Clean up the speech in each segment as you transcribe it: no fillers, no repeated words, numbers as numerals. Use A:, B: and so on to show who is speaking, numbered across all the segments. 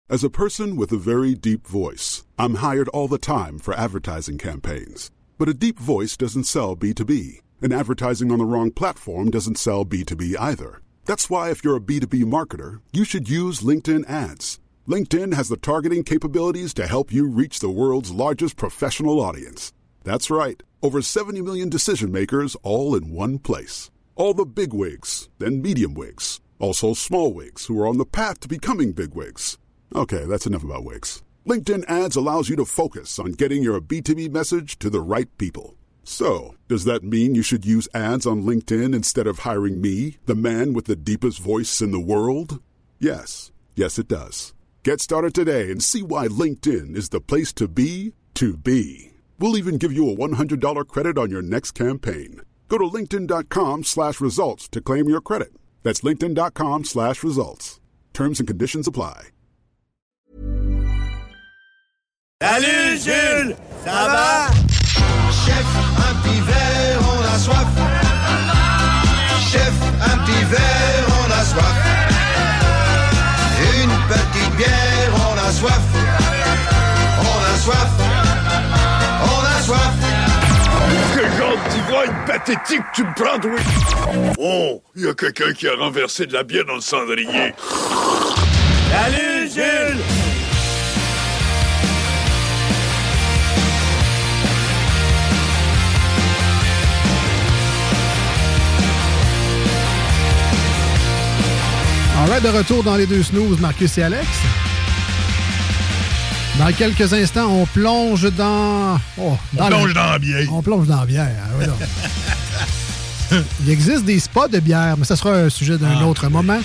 A: As a person with a very deep voice, I'm hired all the time for advertising campaigns. But a deep voice doesn't sell B2B, and advertising on the wrong platform doesn't sell B2B either. That's why if you're a B2B marketer, you should use LinkedIn ads. LinkedIn has the targeting capabilities to help you reach the world's largest professional audience. That's right, over 70 million decision makers all in one place. All the big wigs, then medium wigs, also small wigs who are on the path to becoming big wigs. Okay, that's enough about wigs. LinkedIn ads allows you to focus on getting your B2B message to the right people. So, does that mean you should use ads on LinkedIn instead of hiring me, the man with the deepest voice in the world? Yes. Yes, it does. Get started today and see why LinkedIn is the place to be to be. We'll even give you a $100 credit on your next campaign. Go to linkedin.com/results to claim your credit. That's linkedin.com/results. Terms and conditions apply.
B: Salut Jules, ça va?
C: Chef, un petit verre, on a soif. Chef, un petit verre, on a soif. Une petite bière, on a soif. On a soif. On a soif.
B: Quel genre d'ivrogne pathétique tu me prends, oui? Oh, il y a quelqu'un qui a renversé de la bière dans le cendrier. Salut Jules!
D: On va de retour dans les deux snooze, Marcus et Alex. Dans quelques instants, on plonge dans...
E: On plonge dans la bière.
D: On plonge dans la bière. Voilà. Il existe des spas de bière, mais ça sera un sujet d'un autre moment.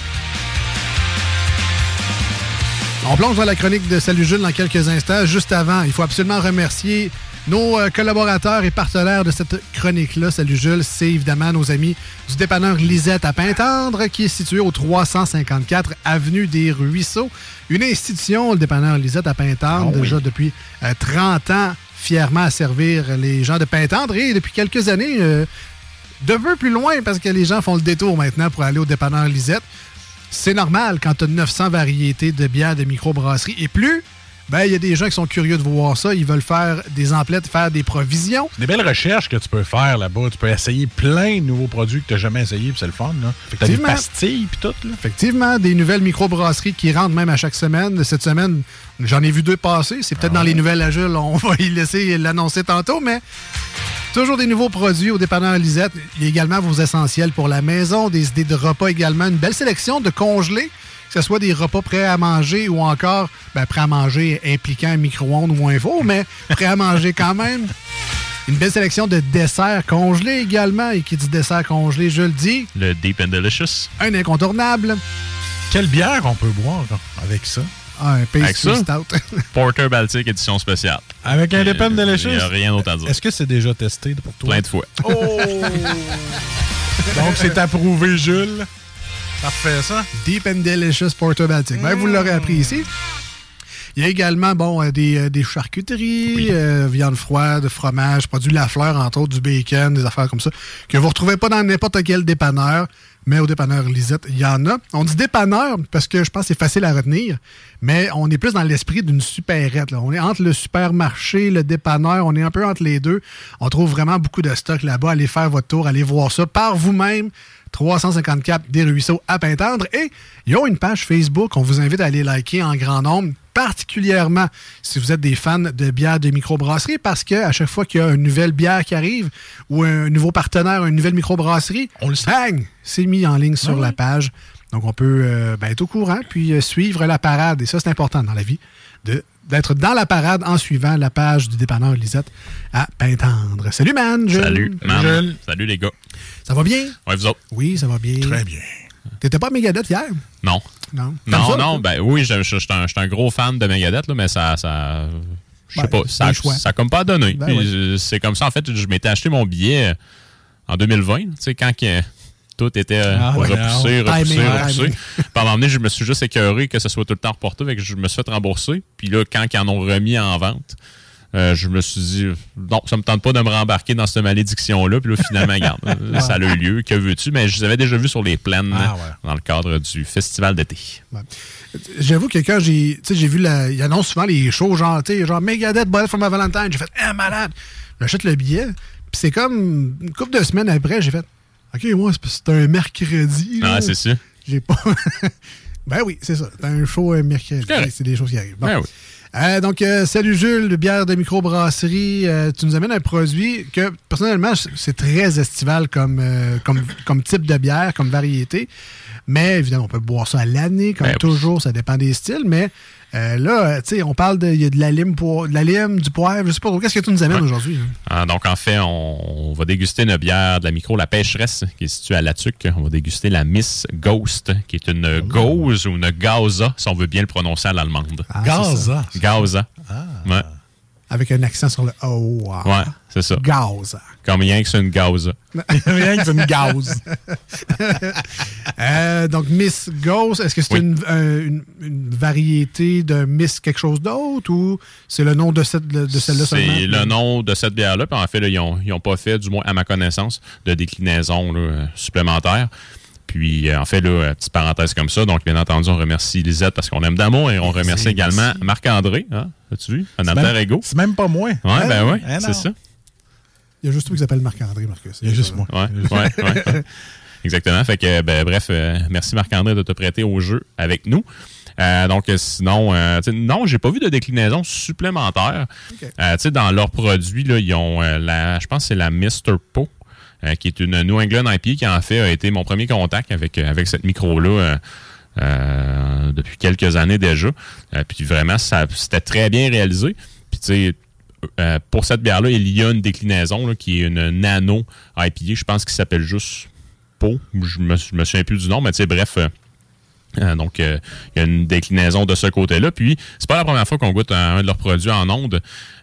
D: On plonge dans la chronique de Salut Jules dans quelques instants. Juste avant, il faut absolument remercier nos collaborateurs et partenaires de cette chronique-là. Salut Jules, c'est évidemment nos amis du dépanneur Lisette à Pintendre, qui est situé au 354 Avenue des Ruisseaux. Une institution, le dépanneur Lisette à Pintendre, déjà depuis 30 ans, fièrement à servir les gens de Pintendre. Et depuis quelques années, de peu plus loin, parce que les gens font le détour maintenant pour aller au dépanneur Lisette. C'est normal quand tu as 900 variétés de bières de microbrasserie et plus. Ben, il y a des gens qui sont curieux de voir ça. Ils veulent faire des emplettes, faire des provisions.
E: C'est des belles recherches que tu peux faire là-bas. Tu peux essayer plein de nouveaux produits que tu n'as jamais essayé, puis c'est le fun, là. T'as des pastilles, puis tout, là.
D: Effectivement, des nouvelles microbrasseries qui rentrent même à chaque semaine. Cette semaine, j'en ai vu 2 passer. C'est peut-être dans les nouvelles à Jules. On va y laisser l'annoncer tantôt, mais toujours des nouveaux produits au dépanneur Lisette. Il y a également vos essentiels pour la maison, des idées de repas également. Une belle sélection de congelés, que ce soit des repas prêts à manger ou encore prêts à manger impliquant un micro-ondes ou un four, mais prêts à manger quand même. Une belle sélection de desserts congelés également. Et qui dit dessert congelé, je le dis.
F: Le Deep and Delicious.
D: Un incontournable.
E: Quelle bière on peut boire avec ça?
D: Un pastry stout.
F: Porter Baltic édition spéciale.
E: Avec un Deep and Delicious?
F: Il n'y a rien d'autre à dire.
E: Est-ce que c'est déjà testé pour toi?
F: Plein de fois.
E: Oh! Donc, c'est approuvé, Jules. Parfait, ça.
D: Deep and Delicious Porter Baltic. Vous l'aurez appris ici. Il y a également des charcuteries, viande froide, fromage, produits Lafleur, entre autres, du bacon, des affaires comme ça, que vous ne retrouvez pas dans n'importe quel dépanneur, mais au dépanneur Lisette, il y en a. On dit dépanneur parce que je pense que c'est facile à retenir, mais on est plus dans l'esprit d'une supérette, là. On est entre le supermarché, le dépanneur, on est un peu entre les deux. On trouve vraiment beaucoup de stock là-bas. Allez faire votre tour, allez voir ça par vous-même. 354 des Ruisseaux à Pintendre. Et ils ont une page Facebook. On vous invite à aller liker en grand nombre, particulièrement si vous êtes des fans de bières de microbrasserie, parce qu'à chaque fois qu'il y a une nouvelle bière qui arrive ou un nouveau partenaire, une nouvelle microbrasserie, bang, c'est mis en ligne sur la page. Donc, on peut être au courant puis suivre la parade. Et ça, c'est important dans la vie, d'être dans la parade en suivant la page du dépanneur Lisette à Pintendre. Salut, man! Jules.
F: Salut, man! Jules. Salut, les gars! Ça
D: va bien?
F: Oui, vous autres?
D: Oui, ça va bien.
E: Très bien.
D: T'étais pas à Megadeth hier?
F: Non.
D: Non?
F: Non, oui, je suis un gros fan de Megadeth, là, mais ça je sais pas, ça comme pas donné. C'est comme ça, en fait, je m'étais acheté mon billet en 2020, tu sais, quand tout était repoussé. Puis à un moment donné, je me suis juste écœuré que ce soit tout le temps reporté, fait que je me suis fait rembourser. Puis là, quand ils en ont remis en vente, Je me suis dit, non, ça me tente pas de me rembarquer dans cette malédiction-là. Puis là, finalement, regarde, ça a eu lieu. Que veux-tu? Mais je les avais déjà vus sur les plaines dans le cadre du festival d'été.
D: Ouais. J'avoue que quand j'ai vu, il annonce souvent les shows, genre Megadeth, Bullet for My Valentine. J'ai fait, malade. J'achète le billet. Puis c'est comme une couple de semaines après, j'ai fait, OK, moi, c'est un mercredi.
F: Ah, c'est ça.
D: J'ai pas. Ben oui, c'est ça. C'est un show mercredi. C'est des choses qui arrivent. Bon. Ben oui. Donc, salut Jules, de bière de microbrasserie. Tu nous amènes un produit que, personnellement, c'est très estival comme type de bière, comme variété. Mais, évidemment, on peut boire ça à l'année, comme toujours. Ça dépend des styles. Mais là, tu sais, on parle il y a de la lime, du poivre, je sais pas trop. Qu'est-ce que tu nous amènes aujourd'hui?
F: Hein? Donc, en fait, on va déguster une bière de la micro La Pêcheresse, qui est située à Latuc. On va déguster la Miss Ghost, qui est une gauze ou une gauza, si on veut bien le prononcer à l'allemande.
E: Gauza.
F: Gauza. Ouais.
D: Avec un accent sur le O.
F: Ouais, c'est ça.
D: Gauza.
F: Comme rien que c'est une gauza.
E: Rien que c'est une gauze.
D: Donc, Miss Ghost, est-ce que c'est une variété de Miss quelque chose d'autre ou c'est le nom de celle-là seulement?
F: C'est le nom de cette bière-là. Puis en fait, là, ils n'ont pas fait, du moins à ma connaissance, de déclinaison supplémentaire. Puis, en fait, là, petite parenthèse comme ça. Donc, bien entendu, on remercie Lisette parce qu'on aime d'amour et on remercie également Marc-André. Hein? As-tu vu? Un alter ego.
E: C'est même pas moi.
F: Oui, oui, c'est ça.
D: Il y a juste toi qui s'appelle Marc-André, Marcus.
E: Il y a juste moi.
F: Oui. Exactement. Fait que, bref, merci Marc-André de te prêter au jeu avec nous. Donc, sinon, non, j'ai pas vu de déclinaison supplémentaire. Okay. Dans leurs produits, là, ils ont je pense que c'est la Mr. Po. Qui est une New England IPA qui, en fait, a été mon premier contact avec cette micro-là depuis quelques années déjà. Puis vraiment, c'était très bien réalisé. Puis, tu sais, pour cette bière-là, il y a une déclinaison là, qui est une nano IPA. Je pense qu'il s'appelle juste Po. Je me souviens plus du nom, mais tu sais, bref... donc, il y a une déclinaison de ce côté-là. Puis, c'est pas la première fois qu'on goûte un de leurs produits en ondes.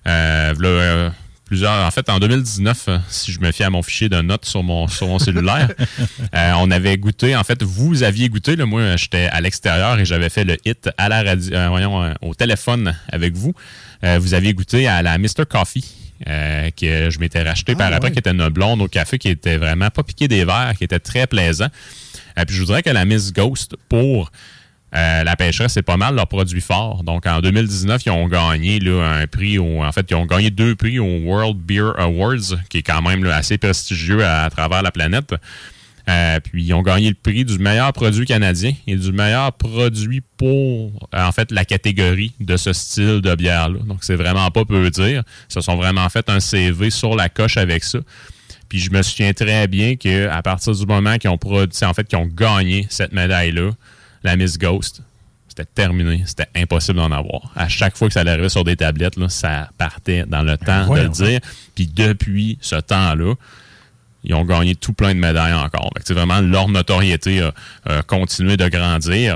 F: En fait, en 2019, si je me fie à mon fichier de notes sur mon cellulaire, on avait goûté, en fait, vous aviez goûté, là, moi, j'étais à l'extérieur et j'avais fait le hit à la radio, au téléphone avec vous. Vous aviez goûté à la Mr. Coffee. Que je m'étais racheté par après, qui était une blonde au café, qui était vraiment pas piqué des verres, qui était très plaisant. Puis je voudrais que la Miss Ghost, pour la Pêcheresse, c'est pas mal leur produit fort. Donc, en 2019, ils ont gagné là, un prix, ils ont gagné 2 prix au World Beer Awards, qui est quand même là, assez prestigieux à travers la planète. Puis, ils ont gagné le prix du meilleur produit canadien et du meilleur produit pour, en fait, la catégorie de ce style de bière-là. Donc, c'est vraiment pas peu dire. Ils se sont vraiment fait un CV sur la coche avec ça. Puis, je me souviens très bien qu'à partir du moment qu'ils ont qu'ils ont gagné cette médaille-là, la Miss Ghost, c'était terminé. C'était impossible d'en avoir. À chaque fois que ça arrivait sur des tablettes, là, ça partait dans le temps de le dire. Puis, depuis ce temps-là, ils ont gagné tout plein de médailles encore. C'est vraiment leur notoriété a continué de grandir.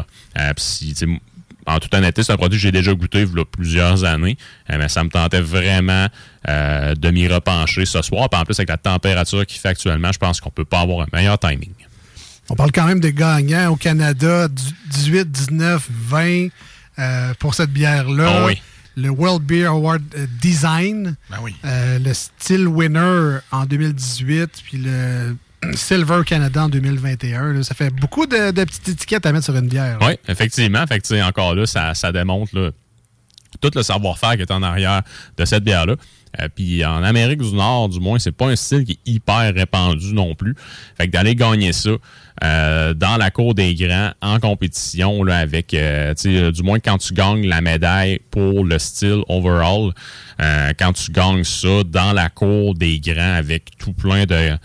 F: En toute honnêteté, c'est un produit que j'ai déjà goûté il y a plusieurs années. Mais ça me tentait vraiment de m'y repencher ce soir. Puis en plus, avec la température qu'il fait actuellement, je pense qu'on peut pas avoir un meilleur timing.
D: On parle quand même des gagnants au Canada, 18, 19, 20 pour cette bière-là.
F: Oh oui.
D: Le World Beer Award Design, le Steel Winner en 2018, puis le Silver Canada en 2021. Là, ça fait beaucoup de petites étiquettes à mettre sur une bière.
F: Oui, effectivement. Fait que, encore là, ça démontre là, tout le savoir-faire qui est en arrière de cette bière-là. Puis en Amérique du Nord, du moins, c'est pas un style qui est hyper répandu non plus. Fait que d'aller gagner ça dans la cour des grands en compétition là, avec, du moins quand tu gagnes la médaille pour le style overall, quand tu gagnes ça dans la cour des grands avec tout plein de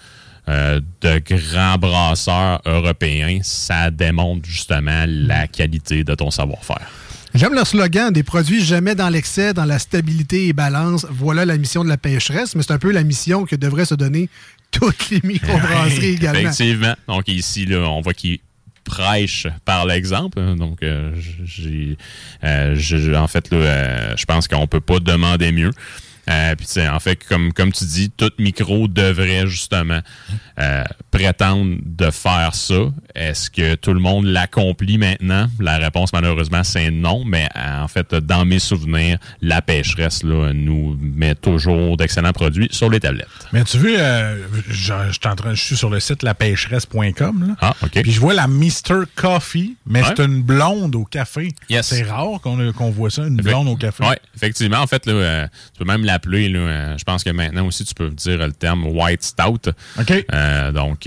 F: grands brasseurs européens, ça démontre justement la qualité de ton savoir-faire.
D: J'aime leur slogan, des produits jamais dans l'excès, dans la stabilité et balance. Voilà la mission de la Pêcheresse, mais c'est un peu la mission que devraient se donner toutes les microbrasseries également.
F: Effectivement. Donc ici, là, on voit qu'ils prêchent par l'exemple. Donc, en fait, là, je pense qu'on peut pas demander mieux. Puis, en fait, comme tu dis, toute micro devrait justement prétendre de faire ça. Est-ce que tout le monde l'accomplit maintenant? La réponse, malheureusement, c'est non. Mais en fait, dans mes souvenirs, la pêcheresse là, nous met toujours d'excellents produits sur les tablettes.
E: Mais tu vois, je suis sur le site lapêcheresse.com. Là.
F: Ah, OK.
E: Puis je vois la Mr. Coffee, mais c'est une blonde au café.
F: Yes.
E: C'est rare qu'on voit ça, une blonde au café.
F: Oui, effectivement. En fait, là, tu peux même l'appeler. Là, je pense que maintenant aussi, tu peux dire le terme White Stout.
E: OK.
F: Donc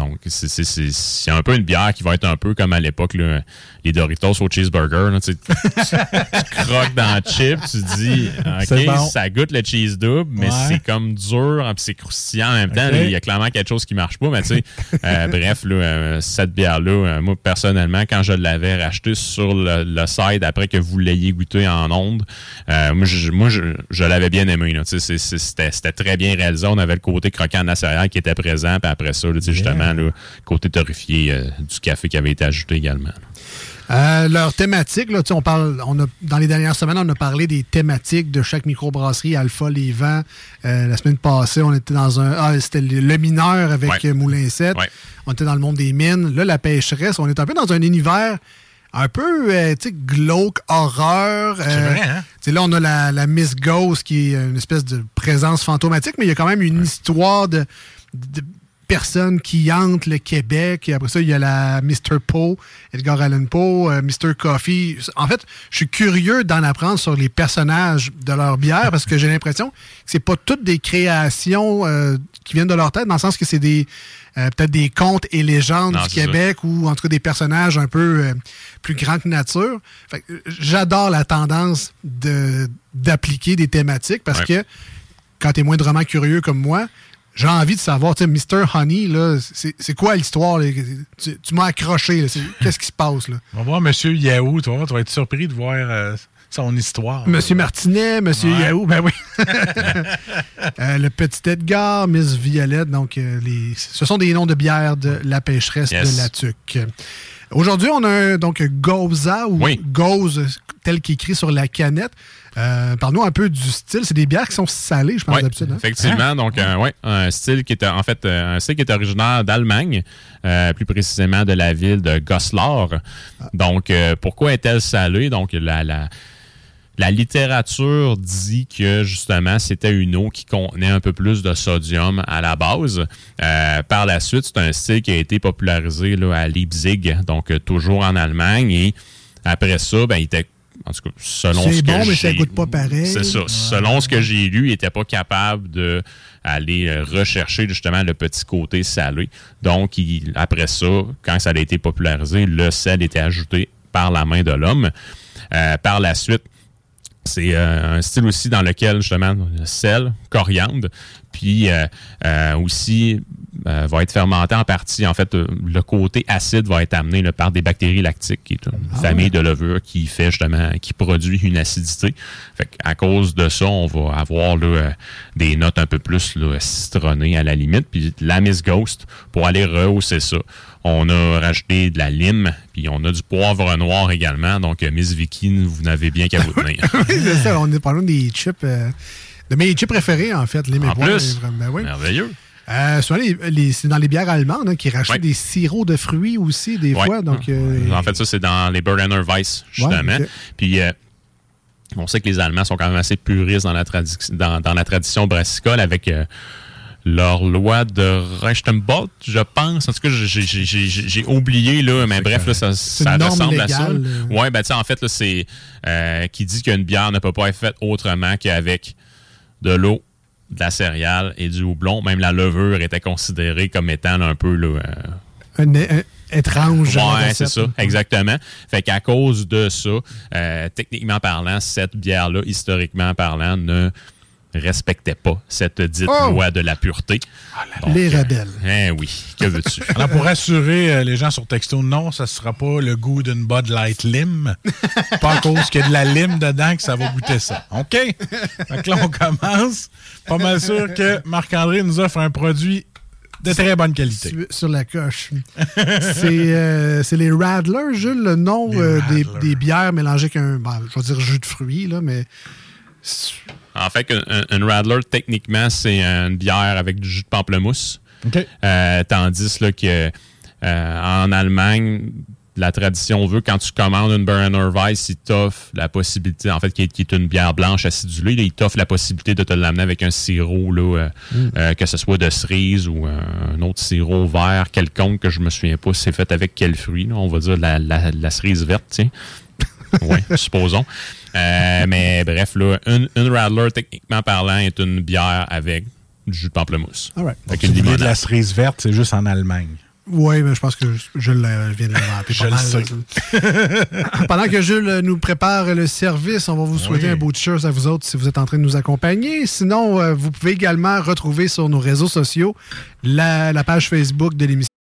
F: c'est un peu une bière qui va être un peu comme à l'époque, là, les Doritos au cheeseburger. Là, tu croques dans le chip, tu dis, OK, bon. Ça goûte le cheese double, mais c'est comme dur, puis c'est croustillant en même temps. Il y a clairement quelque chose qui marche pas, mais tu sais, bref, là, cette bière-là, moi, personnellement, quand je l'avais rachetée sur le site après que vous l'ayez goûté en ondes, moi, je l'avais bien aimé. Là, c'était très bien réalisé. On avait le côté croquant de la céréale qui était présent, puis après ça, là, justement, le côté torréfié du café qui avait été ajouté également.
D: Leur thématique, là, dans les dernières semaines, on a parlé des thématiques de chaque microbrasserie, Alpha, Les Vents. La semaine passée, on était dans c'était le mineur avec Moulin 7. Ouais. On était dans le monde des mines. Là, la pêcheresse, on est un peu dans un univers un peu glauque, horreur.
E: C'est vrai, hein?
D: Là, on a la Miss Ghost qui est une espèce de présence fantomatique, mais il y a quand même une histoire de personnes qui hantent le Québec. Et après ça, il y a la Mr. Poe, Edgar Allan Poe, Mr. Coffee. En fait, je suis curieux d'en apprendre sur les personnages de leur bière parce que j'ai l'impression que c'est pas toutes des créations qui viennent de leur tête, dans le sens que c'est des peut-être des contes et légendes du Québec ou en tout cas des personnages un peu plus grands que nature. Fait que, j'adore la tendance d'appliquer des thématiques parce que quand tu es moindrement curieux comme moi, j'ai envie de savoir, tu sais, Mr. Honey, là, c'est quoi l'histoire? Là? Tu m'as accroché, là. Qu'est-ce qui se passe, là?
E: On va voir M. Yahoo, tu vas être surpris de voir son histoire.
D: M. Martinet, M. Yahoo, ben oui. Le petit Edgar, Miss Violette, donc ce sont des noms de bières de la pêcheresse de la Tuque. Aujourd'hui, on a donc Gauza ou Gauze, tel qu'écrit sur la canette. Parle-nous un peu du style. C'est des bières qui sont salées, je pense, d'habitude. Hein?
F: Effectivement. Donc, un style qui est en fait un style qui est originaire d'Allemagne, plus précisément de la ville de Goslar. Donc, pourquoi est-elle salée? Donc, la littérature dit que, justement, c'était une eau qui contenait un peu plus de sodium à la base. Par la suite, c'est un style qui a été popularisé là, à Leipzig, donc toujours en Allemagne. Et après ça, il était, en tout cas, selon ce que
D: mais ça goûte pas pareil.
F: C'est ça. Selon ce que j'ai lu, il n'était pas capable d'aller rechercher, justement, le petit côté salé. Donc, après ça, quand ça a été popularisé, le sel était ajouté par la main de l'homme. Par la suite, c'est un style aussi dans lequel, justement, sel, coriandre, puis aussi va être fermenté en partie. En fait, le côté acide va être amené là, par des bactéries lactiques, qui est une famille de levures qui fait justement, qui produit une acidité. Fait qu'à cause de ça, on va avoir là, des notes un peu plus là, citronnées à la limite. Puis la Miss Ghost, pour aller rehausser ça, on a rajouté de la lime, puis on a du poivre noir également. Donc, Miss Vicky, vous n'avez bien qu'à vous tenir.
D: Oui, c'est ça. On est parlant des chips, de mes chips préférés, en fait. Les
F: en plus,
D: merveilleux. Souvent, c'est dans les bières allemandes hein, qui rachètent des sirops de fruits aussi, des fois. Donc,
F: en fait, ça, c'est dans les Berliner Weiss, justement. Puis, on sait que les Allemands sont quand même assez puristes dans la tradition brassicole avec leur loi de Reichenbach, je pense. En tout cas, j'ai oublié, là, mais bref, là, ça ressemble à ça. Oui, ben, tu sais, en fait, là, c'est qui dit qu'une bière ne peut pas être faite autrement qu'avec de l'eau, de la céréale et du houblon. Même la levure était considérée comme étant là, un peu là,
D: étrange.
F: Oui, c'est ça, exactement. Fait qu'à cause de ça, techniquement parlant, cette bière-là, historiquement parlant, ne respectait pas cette dite loi de la pureté.
D: Donc, les rebelles.
F: Oui, que veux-tu?
E: Alors, pour rassurer les gens sur texto, non, ça ne sera pas le goût d'une Bud Light Lime. Pas à cause qu'il y a de la lime dedans que ça va goûter ça. OK? Donc là, on commence. Pas mal sûr que Marc-André nous offre un produit de très bonne qualité.
D: Sur la coche. C'est les Radler, Jules, le nom des bières mélangées avec un, je vais dire jus de fruits, là, mais
F: En fait, une Radler, techniquement, c'est une bière avec du jus de pamplemousse.
E: OK.
F: Tandis là, que en Allemagne, la tradition veut, quand tu commandes une Berliner Weiss, il t'offre la possibilité, en fait, qui est une bière blanche acidulée, là, il t'offre la possibilité de te l'amener avec un sirop, là, que ce soit de cerise ou un autre sirop vert quelconque, que je me souviens pas si c'est fait avec quel fruit. Là, on va dire la cerise verte, tiens. Oui, supposons. Mais bref, là, une Radler, techniquement parlant, est une bière avec du jus de pamplemousse.
D: All right.
E: Donc, l'idée de la cerise verte, c'est juste en Allemagne.
D: Oui, mais je pense que je viens de l'inventer.
E: Je le sais.
D: Pendant que Jules nous prépare le service, on va vous souhaiter un beau cheers à vous autres si vous êtes en train de nous accompagner. Sinon, vous pouvez également retrouver sur nos réseaux sociaux la page Facebook de l'émission.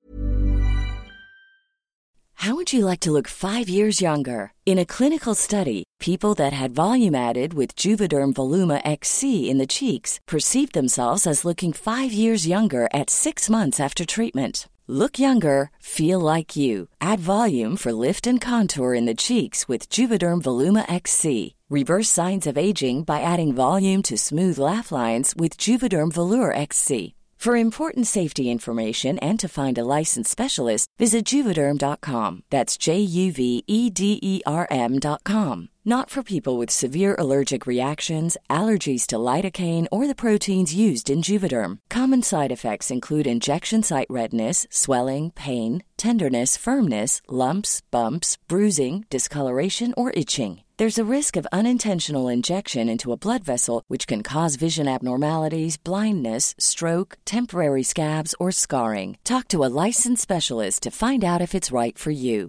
G: How would you like to look 5 years younger? In a clinical study, people that had volume added with Juvederm Voluma XC in the cheeks perceived themselves as looking 5 years younger at 6 months after treatment. Look younger, feel like you. Add volume for lift and contour in the cheeks with Juvederm Voluma XC. Reverse signs of aging by adding volume to smooth laugh lines with Juvederm Volure XC. For important safety information and to find a licensed specialist, visit Juvederm.com. That's JUVEDERM.com. Not for people with severe allergic reactions, allergies to lidocaine, or the proteins used in Juvederm. Common side effects include injection site redness, swelling, pain, tenderness, firmness, lumps, bumps, bruising, discoloration, or itching. There's a risk of unintentional injection into a blood vessel, which can cause vision abnormalities, blindness, stroke, temporary scabs, or scarring. Talk to a licensed specialist to find out if it's right for you.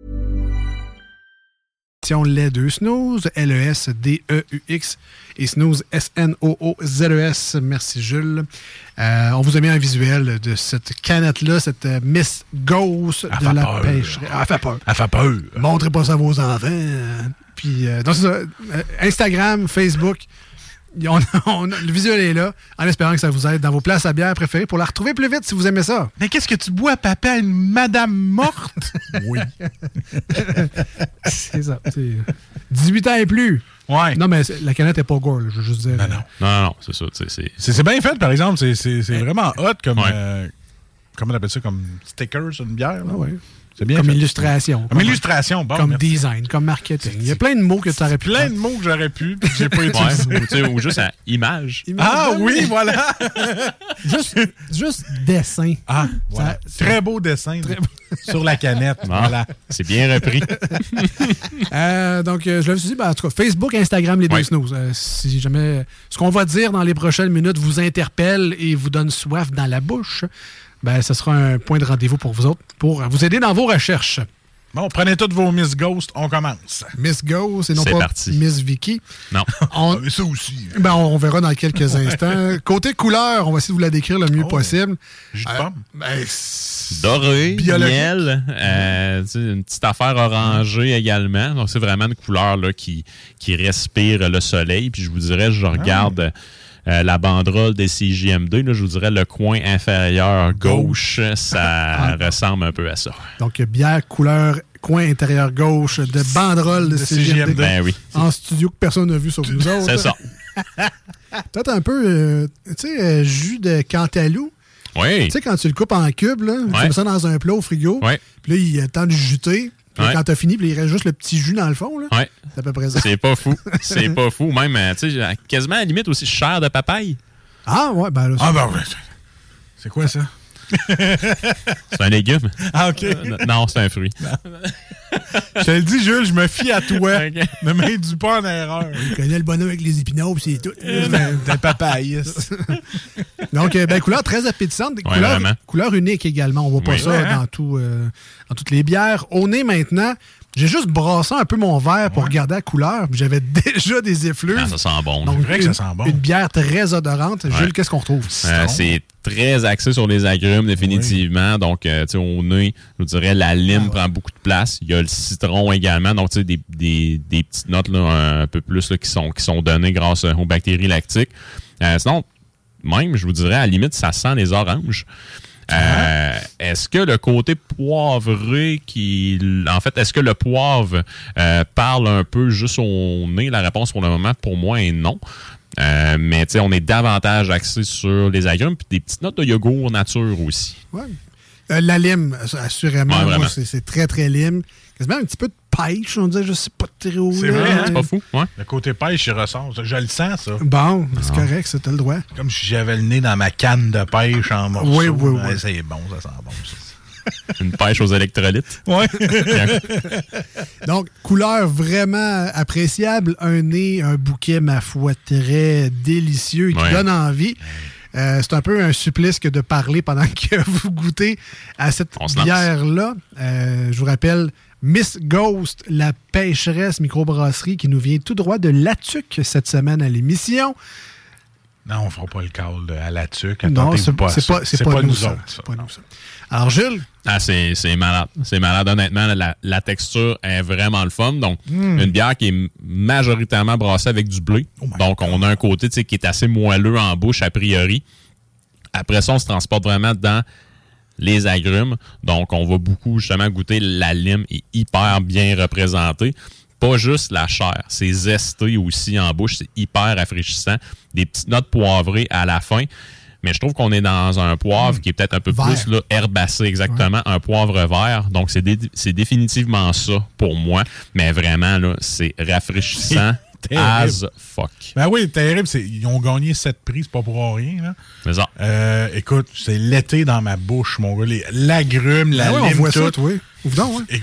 D: Les deux snooze, LESDEUX et snooze SNOOZES. Merci Jules. On vous a mis un visuel de cette canette-là, cette Miss Ghost de la pêcherie. Elle fait peur.
E: Elle fait peur.
D: Montrez pas ça à vos enfants. Puis, donc c'est ça. Instagram, Facebook. Le visuel est là, en espérant que ça vous aide dans vos places à bière préférées pour la retrouver plus vite si vous aimez ça.
E: Mais qu'est-ce que tu bois, papa, une madame morte? Oui.
D: C'est ça. 18 ans et plus.
E: Ouais.
D: Non, mais la canette n'est pas gore, je veux juste dire.
F: Non, c'est ça.
E: C'est bien fait, par exemple. C'est vraiment hot comme... comment on appelle ça? Comme sticker sur une bière? Là?
D: Ouais.
E: C'est bien
D: comme
E: fait.
D: illustration.
E: Comme illustration, bon.
D: Comme
E: merci.
D: design, comme marketing. Il y a plein de mots que tu aurais pu
E: Plein de mots que j'aurais pu, puis que j'ai pas utilisé.
F: Ou juste à image.
E: Ah oui, voilà.
D: juste dessin.
E: Ah, voilà. Très beau dessin sur la canette.
F: Bon,
E: voilà.
F: C'est bien repris.
D: Donc, je l'avais dit, en tout cas, Facebook, Instagram, les deux snooze. Si jamais ce qu'on va dire dans les prochaines minutes vous interpelle et vous donne soif dans la bouche, ce sera un point de rendez-vous pour vous autres, pour vous aider dans vos recherches.
E: Bon, prenez toutes vos Miss Ghost, on commence.
D: Miss Ghost et non pas
F: parti.
D: Miss Vicky.
F: Non.
E: Mais ça aussi.
D: On verra dans quelques instants. Côté couleur, on va essayer de vous la décrire le mieux possible.
E: Jus de pomme.
F: Doré, miel, une petite affaire orangée également. Donc, c'est vraiment une couleur là, qui respire le soleil. Puis je vous dirais, je regarde... la banderole des CJMD, là, je vous dirais le coin inférieur gauche, ça ressemble un peu à ça.
D: Donc, bière couleur coin intérieur gauche de banderole de CJMD.
F: Ben oui.
D: En studio que personne n'a vu sauf nous autres.
F: C'est ça.
D: Peut-être un peu, jus de Cantalou.
F: Oui.
D: Tu sais, quand tu le coupes en cubes, là, tu mets ça dans un plat au frigo.
F: Oui.
D: Puis là, il y a le temps de juter. Puis quand t'as fini, puis il reste juste le petit jus dans le fond. Là.
F: Ouais.
D: C'est à peu près ça.
F: C'est pas fou. C'est pas fou. Même, tu sais, quasiment à la limite aussi chair de papaye.
D: Ah, ouais. Ben là,
E: c'est quoi ça?
F: C'est un légume.
E: Ah, OK.
F: Non, c'est un fruit.
E: Je te le dis, Jules, je me fie à toi. Okay. Ne m'induis pas en erreur.
D: Je connais le bonhomme avec les épinards, puis c'est tout.
E: Des papayes.
D: Donc, couleur très appétissante. Couleur unique également. On voit pas ça dans toutes les bières. Au nez, maintenant, j'ai juste brassé un peu mon verre pour regarder la couleur. J'avais déjà des effluves.
F: Ah, ça sent bon.
D: Donc, vrai que ça sent bon. Une bière très odorante. Jules, qu'est-ce qu'on retrouve?
F: C'est très axé sur les agrumes, définitivement. Oui. Donc, au nez, je vous dirais, la lime prend beaucoup de place. Il y a le citron également. Donc, tu sais, des petites notes là, un peu plus là, qui sont données grâce aux bactéries lactiques. Sinon, même, je vous dirais, à la limite, ça sent les oranges. Est-ce que le côté poivré est-ce que le poivre parle un peu juste au nez? La réponse pour le moment, pour moi, est non. Mais tu sais, on est davantage axé sur les agrumes puis des petites notes de yogourt nature aussi.
D: Ouais. La lime, assurément, moi, c'est très, très lime. Quasiment un petit peu de pêche, on dirait, je sais pas trop.
E: C'est vrai, hein?
F: C'est pas fou. Ouais.
E: Le côté pêche, il ressort. Je le sens, ça.
D: Bon, c'est correct, ça, t'as le droit.
E: Comme si j'avais le nez dans ma canne de pêche en morceaux.
D: Oui.
E: C'est bon, ça sent bon, ça.
F: Une pêche aux électrolytes.
E: Oui.
D: Donc, couleur vraiment appréciable. Un nez, un bouquet, ma foi, très délicieux qui donne envie. C'est un peu un supplice que de parler pendant que vous goûtez à cette bière-là. Je vous rappelle, Miss Ghost, la pêcheresse microbrasserie qui nous vient tout droit de Latuc cette semaine à l'émission.
E: Non, on ne fera pas le call à Latuc.
D: Non, c'est pas nous autres.
E: Ça.
D: Pas nous, ça. Alors, Jules?
F: C'est malade. C'est malade, honnêtement. La texture est vraiment le fun. Donc, une bière qui est majoritairement brassée avec du blé. Donc, on a un côté qui est assez moelleux en bouche, a priori. Après ça, on se transporte vraiment dans les agrumes. Donc, on va beaucoup, justement, goûter la lime est hyper bien représentée. Pas juste la chair, c'est zesté aussi en bouche. C'est hyper rafraîchissant. Des petites notes poivrées à la fin. Mais je trouve qu'on est dans un poivre qui est peut-être un peu
D: vert.
F: plus là, herbacé, exactement. Un poivre vert. Donc, c'est définitivement ça pour moi. Mais vraiment, là, c'est rafraîchissant as fuck.
E: Ben oui, terrible. Ils ont gagné 7 prix, c'est pas pour rien. Là.
F: C'est ça.
E: Écoute, c'est l'été dans ma bouche, mon gars. L'agrume, la lime,
D: on voit
E: tout.
D: ça, oui. Ouvre donc, oui.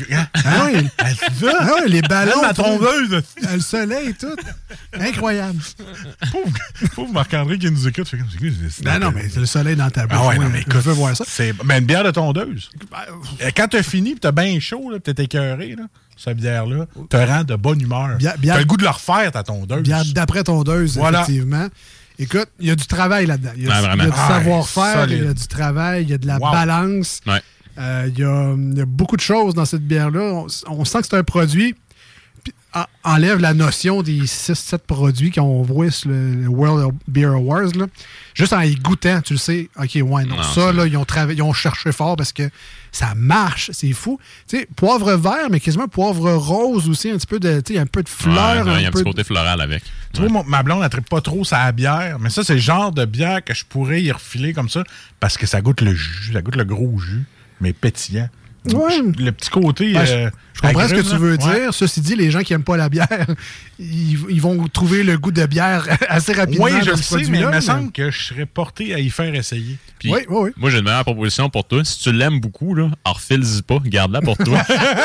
D: Les ballons.
E: La tondeuse.
D: Le soleil, tout. Incroyable.
E: Pauvre Marc-André qui nous écoute.
D: Non, mais c'est le soleil dans ta bouche.
E: Ah ouais, non, mais écoute,
D: je veux voir ça.
E: C'est une bière de tondeuse. Quand t'as fini et t'as bien chaud, là, t'es écœuré, là, cette bière-là, te rend de bonne humeur. T'as le goût de le refaire, ta tondeuse.
D: Bière d'après tondeuse, effectivement. Écoute, il y a du travail là-dedans. Il y a du savoir-faire, il y a du travail, il y a de la balance.
F: Ouais.
D: Il y a beaucoup de choses dans cette bière-là. On sent que c'est un produit qui enlève la notion des 6-7 produits qu'on voit sur le World Beer Awards. Là. Juste en y goûtant, tu le sais, OK, ouais, non, ça, là, ils ont cherché fort parce que ça marche, c'est fou. Tu sais, poivre vert, mais quasiment poivre rose aussi, un petit peu de, tu sais, un peu de fleurs.
F: Il y a un petit côté floral avec.
E: Tu vois, ma blonde, elle ne tripe pas trop sa bière, mais ça, c'est le genre de bière que je pourrais y refiler comme ça parce que ça goûte le jus, ça goûte le gros jus, mais pétillant.
D: Ouais.
E: Le petit côté...
D: je comprends ce que tu veux dire. Ceci dit, les gens qui n'aiment pas la bière, ils vont trouver le goût de bière assez rapidement.
E: Oui, je le sais, mais il me semble que je serais porté à y faire essayer.
F: Puis, moi, j'ai une meilleure proposition pour toi. Si tu l'aimes beaucoup, là, refile-y pas. Garde-la pour toi.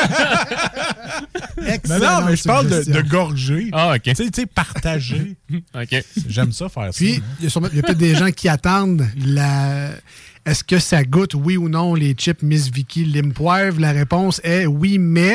E: Non, mais je parle de gorger.
F: Ah, OK.
E: Tu sais, partager.
F: OK.
E: J'aime ça faire
D: Puis,
E: ça.
D: il y a peut-être des gens qui attendent Est-ce que ça goûte, oui ou non, les chips Miss Vicky lime poivre? La réponse est oui, mais...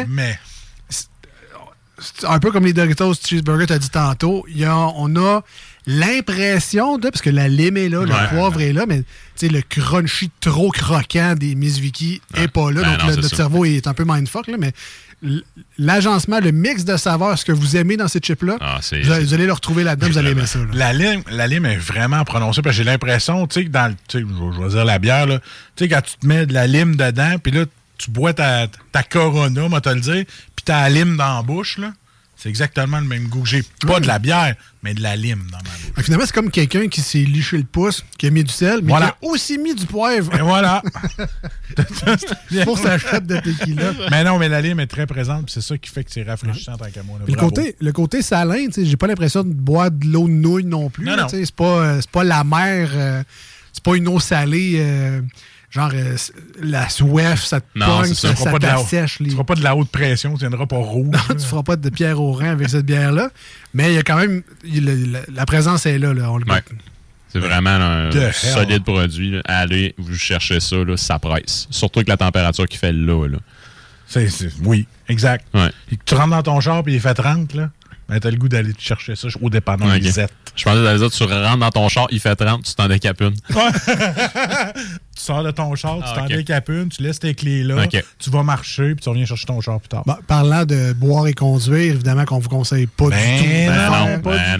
D: C'est un peu comme les Doritos Cheeseburger, tu as dit tantôt. On a l'impression parce que la lime est là, le poivre est là, mais le crunchy trop croquant des Miss Vicky n'est pas là. Donc, notre cerveau est un peu mindfuck, là, mais l'agencement, le mix de saveurs, ce que vous aimez dans ces chips-là, vous allez le retrouver là-dedans, vous allez aimer ça. Là.
E: La lime est vraiment prononcée, parce que j'ai l'impression, tu sais, je vais dire la bière, tu sais, quand tu te mets de la lime dedans, puis là, tu bois ta Corona, moi te le dire, puis t'as la lime dans la bouche, là. C'est exactement le même goût. J'ai pas de la bière, mais de la lime dans ma bouche.
D: Finalement, c'est comme quelqu'un qui s'est liché le pouce, qui a mis du sel, mais qui a aussi mis du poivre.
E: Et voilà.
D: Pour sa shot de tequila.
E: Mais non, mais la lime est très présente, c'est ça qui fait que c'est rafraîchissant tant qu'à moi.
D: Le côté salin, j'ai pas l'impression de boire de l'eau de nouille non plus. Non. C'est pas la mer, c'est pas une eau salée. Genre, la soif, ça te pogne, ça t'assèche.
E: Tu feras pas de la haute pression, tu viendras pas rouge.
D: Non, tu feras pas de pierre au rein avec cette bière-là. Mais il y a quand même... La présence est là, on le goûte.
F: C'est vraiment un solide produit. Là. Allez, vous cherchez ça, là, ça presse. Surtout avec la température qu'il fait là.
E: Oui, exact.
F: Ouais.
E: Tu rentres dans ton char et il fait 30, là. Ben, t'as le goût d'aller te chercher ça au dépanneur Lisette.
F: Je pensais d'aller dire, tu rentres dans ton char, il fait 30, tu t'en décapes une.
E: Tu sors de ton char, tu t'en décapes une, tu laisses tes clés là, tu vas marcher, puis tu reviens chercher ton char plus tard.
D: Parlant de boire et conduire, évidemment qu'on vous conseille pas du tout.
F: Non.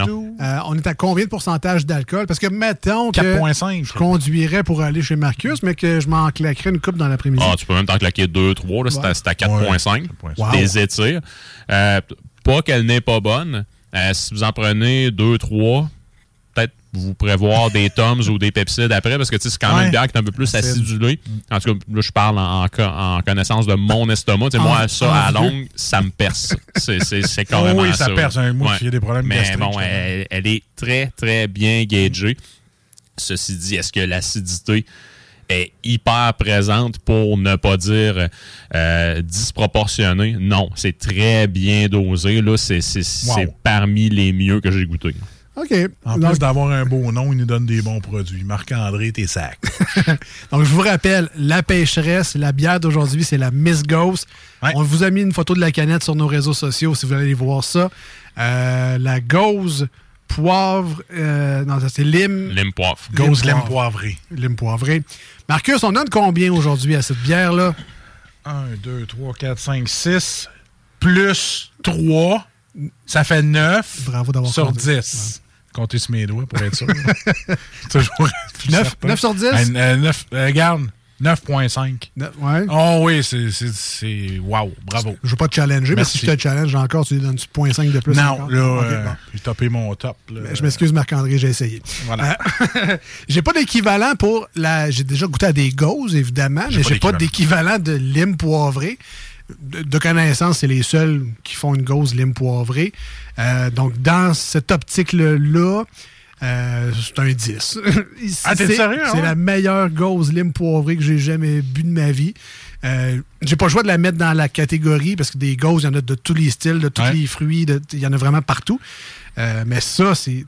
D: On est à combien de pourcentage d'alcool? Parce que, mettons que
E: 4,5.
D: je conduirais pour aller chez Marcus, mais que je m'en claquerais une coupe dans l'après-midi.
F: Ah, tu peux même t'en claquer 2, 3. Là, c'est à 4,5.
D: Wow.
F: Des étires. Pas qu'elle n'est pas bonne. Si vous en prenez 2, 3, peut-être vous pourrez voir des Toms ou des Pepsides après, parce que c'est quand même une bière qui est un peu plus acidulée. En tout cas, là, je parle en connaissance de mon estomac. Moi, ça, à longue, ça me perce. C'est carrément ça.
E: Oui, ça perce. Moi, il y a des problèmes gastriques.
F: Mais bon, elle est très, très bien gagée. Ceci dit, est-ce que l'acidité est hyper présente, pour ne pas dire disproportionnée? Non, c'est très bien dosé. Là, c'est parmi les mieux que j'ai goûté.
D: OK.
E: En plus d'avoir un beau nom, il nous donne des bons produits. Marc-André, tes sacs.
D: Donc, je vous rappelle, la pêcheresse, la bière d'aujourd'hui, c'est la Miss Ghost. Ouais. On vous a mis une photo de la canette sur nos réseaux sociaux si vous voulez aller voir ça. La Gauze poivre... non, ça c'est lime.
F: Lime poivre.
E: Gauze lime poivré.
D: Lime poivré. Marcus, on donne combien aujourd'hui à cette bière-là?
E: 1, 2, 3, 4, 5, 6, plus 3, ça fait 9.
D: Bravo d'avoir
E: sur
D: compté.
E: 10. Comptez sur mes doigts pour être sûr. Toujours
D: 9 sur 10?
E: Regarde, 9,5.
D: Ouais.
E: Oh oui, c'est wow, bravo.
D: Je ne veux pas te challenger,
E: Merci.
D: mais si je te challenge encore, tu lui donnes 0,5 de plus?
E: Non,
D: encore?
E: là,
D: Okay, bon.
E: j'ai topé mon top. Là.
D: Je m'excuse, Marc-André, j'ai essayé.
E: Voilà.
D: J'ai pas d'équivalent pour la... J'ai déjà goûté à des gauzes, évidemment, mais j'ai pas d'équivalent de lime poivré. De connaissance, c'est les seuls qui font une gauze lime poivrée. Donc, dans cette optique-là, c'est un 10.
E: T'es sérieux?
D: C'est la meilleure gauze lime poivrée que j'ai jamais bu de ma vie. J'ai pas le choix de la mettre dans la catégorie parce que des gauzes, il y en a de tous les styles, de tous les fruits, il y en a vraiment partout. Mais ça, c'est...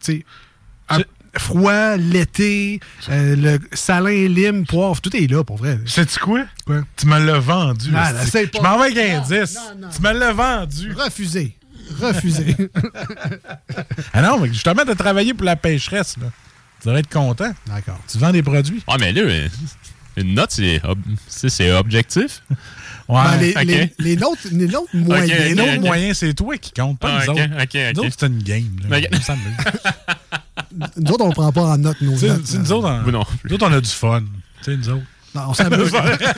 D: froid, l'été, le salin, lime, poivre, tout est là, pour vrai.
E: Sais-tu quoi?
D: Quoi?
E: Tu me l'as vendu.
D: Non,
E: je m'en vais avec un 10. Tu me l'as vendu.
D: Refusé.
E: Ah non, mais justement, de travailler pour la pêcheresse, là. Tu devrais être content.
D: D'accord.
E: Tu vends des produits.
F: Ah, mais là, une note, c'est objectif.
E: Ouais.
D: Ben, les notes moyens.
E: Les notes moyens, c'est toi qui compte, pas nous autres. Nous autres, c'est une game. Là,
D: nous autres, on ne prend pas en note nos notes.
E: Nous autres, on a du fun. Tu sais, nous autres.
D: Non, on s'amuse.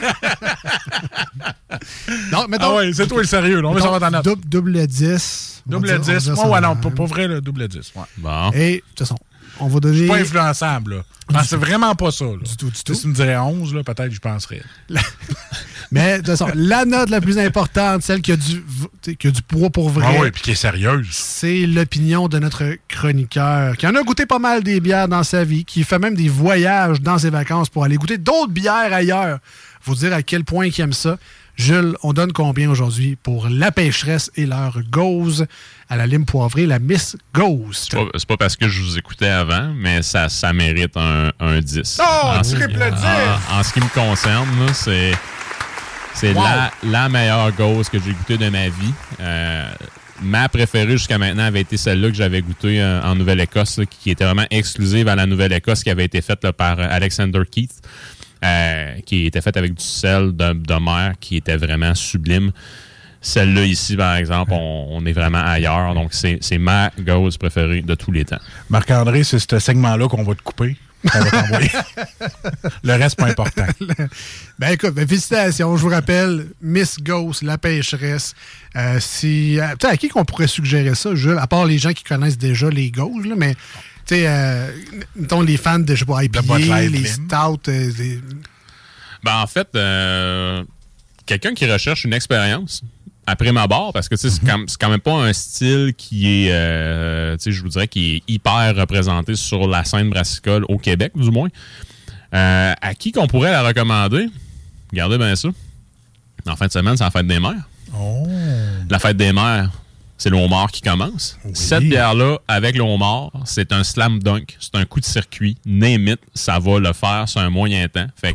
D: Non, mettons,
E: c'est toi le sérieux. Là. On va savoir ta note.
D: Double 10.
E: Double 10. Ouais, non, pas vrai, le double 10. Ouais.
F: Bon.
D: Et, de toute façon, on va donner...
E: Je suis pas influençable, là. Non, c'est vraiment pas ça, là.
D: Du tout.
E: Si tu me dirais 11, là, peut-être que je penserais.
D: Mais, de toute façon, la note la plus importante, celle qui a du poids pour vrai...
E: Ah oui, puis qui est sérieuse.
D: C'est l'opinion de notre chroniqueur, qui en a goûté pas mal des bières dans sa vie, qui fait même des voyages dans ses vacances pour aller goûter d'autres bières ailleurs. Faut dire à quel point il aime ça. Jules, on donne combien aujourd'hui pour la pêcheresse et leur gauze à la lime poivrée, la Miss Ghost?
F: C'est pas parce que je vous écoutais avant, mais ça mérite un 10.
E: Oh, triple 10!
F: En ce qui me concerne, là, c'est la meilleure gauze que j'ai goûtée de ma vie. Ma préférée jusqu'à maintenant avait été celle-là que j'avais goûtée en Nouvelle-Écosse, là, qui était vraiment exclusive à la Nouvelle-Écosse, qui avait été faite là, par Alexander Keith. Qui était faite avec du sel de mer qui était vraiment sublime. Celle-là ici, par exemple, on est vraiment ailleurs. Donc, c'est ma gauze préférée de tous les temps.
E: Marc-André, c'est ce segment-là qu'on va te couper. On va t'envoyer. Le reste, pas important.
D: Ben écoute, félicitations. Je vous rappelle, Miss Ghost, la pêcheresse. À qui qu'on pourrait suggérer ça, Jules? À part les gens qui connaissent déjà les gauzes, là, mais... Tu sais, mettons les fans de, je sais pas, IPA, les stouts.
F: Ben, en fait, quelqu'un qui recherche une expérience, après ma barre, parce que c'est quand même pas un style qui est, je vous dirais, qui est hyper représenté sur la scène brassicole au Québec, du moins. À qui qu'on pourrait la recommander? Regardez bien ça. En fin de semaine, c'est la fête des mères.
E: Oh.
F: La fête des mères, c'est le homard qui commence. Oui. Cette bière-là, avec le homard, c'est un slam dunk. C'est un coup de circuit. Name it, ça va le faire sur un moyen temps. Fait que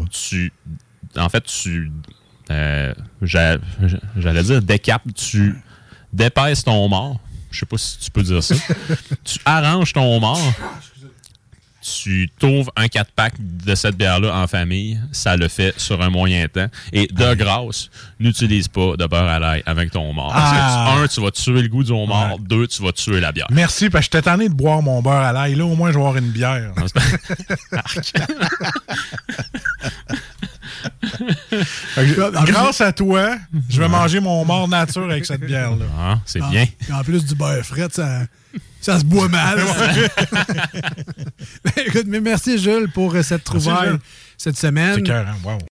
F: j'allais dire décap, tu dépèces ton homard. Je sais pas si tu peux dire ça. Tu arranges ton homard. tu t'ouvres un 4-pack de cette bière-là en famille, ça le fait sur un moyen temps. Et de grâce, n'utilise pas de beurre à l'ail avec ton homard. Parce que, tu vas tuer le goût du homard. 2, tu vas tuer la bière.
E: Merci, parce que j'étais tanné de boire mon beurre à l'ail. Là, au moins, je vais avoir une bière. Grâce à toi, je vais manger mon homard nature avec cette bière-là.
F: Ah, c'est bien.
D: En plus du beurre frais, ça se boit mal. Écoute, mais merci Jules pour cette trouvaille cette semaine.
E: C'est cœur, wow.